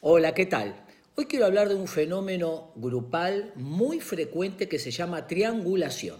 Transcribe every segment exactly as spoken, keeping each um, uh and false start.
Hola, ¿qué tal? Hoy quiero hablar de un fenómeno grupal muy frecuente que se llama triangulación.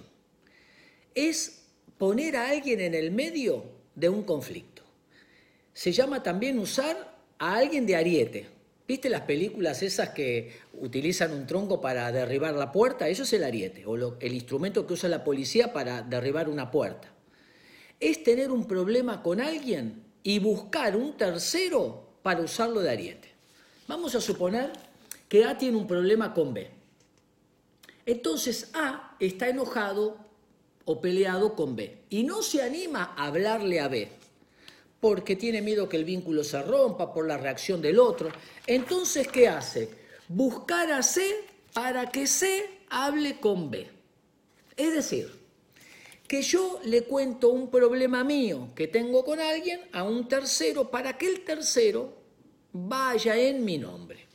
Es poner a alguien en el medio de un conflicto. Se llama también usar a alguien de ariete. ¿Viste las películas esas que utilizan un tronco para derribar la puerta? Eso es el ariete, o lo, el instrumento que usa la policía para derribar una puerta. Es tener un problema con alguien y buscar un tercero para usarlo de ariete. Vamos a suponer que A tiene un problema con B. Entonces A está enojado o peleado con B y no se anima a hablarle a B porque tiene miedo que el vínculo se rompa por la reacción del otro. Entonces, ¿qué hace? Buscar a C para que C hable con B. Es decir, que yo le cuento un problema mío que tengo con alguien a un tercero para que el tercero vaya en mi nombre.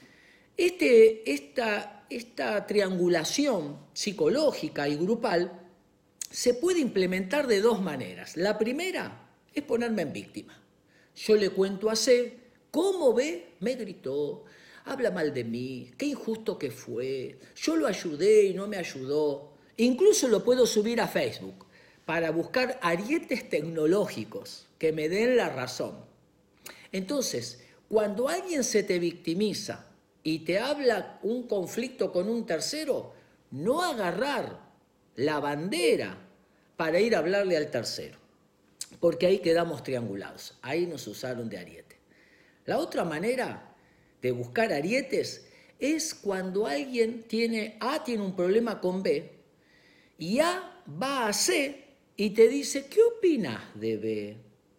Este, esta, esta triangulación psicológica y grupal se puede implementar de dos maneras. La primera es ponerme en víctima. Yo le cuento a C cómo B me gritó, habla mal de mí, qué injusto que fue, yo lo ayudé y no me ayudó. Incluso lo puedo subir a Facebook para buscar arietes tecnológicos que me den la razón. Entonces, cuando alguien se te victimiza y te habla un conflicto con un tercero, no agarrar la bandera para ir a hablarle al tercero, porque ahí quedamos triangulados, ahí nos usaron de ariete. La otra manera de buscar arietes es cuando alguien tiene, A tiene un problema con B, y A va a C y te dice, ¿qué opinas de B?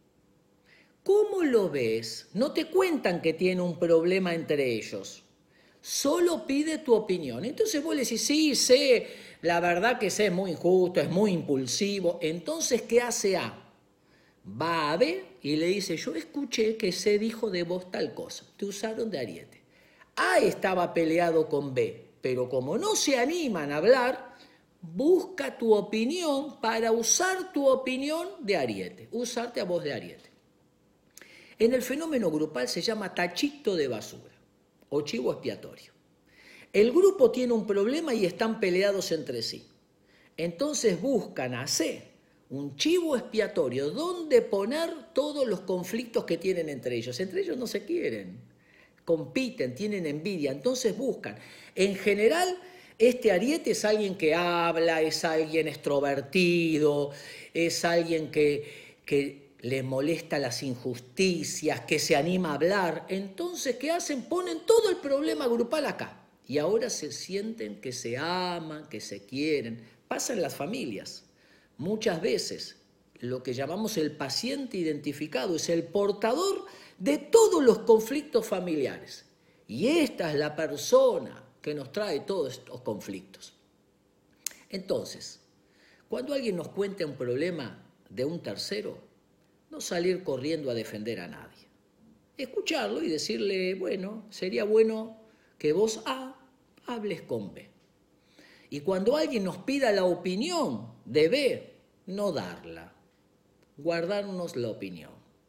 ¿Cómo lo ves? No te cuentan que tiene un problema entre ellos. Solo pide tu opinión. Entonces vos le decís, sí, sé, la verdad que sé, es muy injusto, es muy impulsivo. Entonces, ¿qué hace A? Va a B y le dice, yo escuché que C dijo de vos tal cosa. Te usaron de ariete. A estaba peleado con B, pero como no se animan a hablar, busca tu opinión para usar tu opinión de ariete, usarte a vos de ariete. En el fenómeno grupal se llama tachito de basura o chivo expiatorio. El grupo tiene un problema y están peleados entre sí. Entonces buscan a C, un chivo expiatorio, donde poner todos los conflictos que tienen entre ellos. Entre ellos no se quieren, compiten, tienen envidia, entonces buscan. En general, este ariete es alguien que habla, es alguien extrovertido, es alguien que... que les molesta las injusticias, que se anima a hablar. Entonces, ¿qué hacen? Ponen todo el problema grupal acá. Y ahora se sienten que se aman, que se quieren. Pasa en las familias. Muchas veces lo que llamamos el paciente identificado es el portador de todos los conflictos familiares. Y esta es la persona que nos trae todos estos conflictos. Entonces, cuando alguien nos cuenta un problema de un tercero, no salir corriendo a defender a nadie. Escucharlo y decirle, bueno, sería bueno que vos A hables con B. Y cuando alguien nos pida la opinión de B, no darla, guardarnos la opinión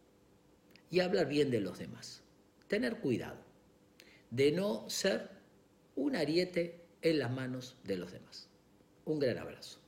y hablar bien de los demás. Tener cuidado de no ser un ariete en las manos de los demás. Un gran abrazo.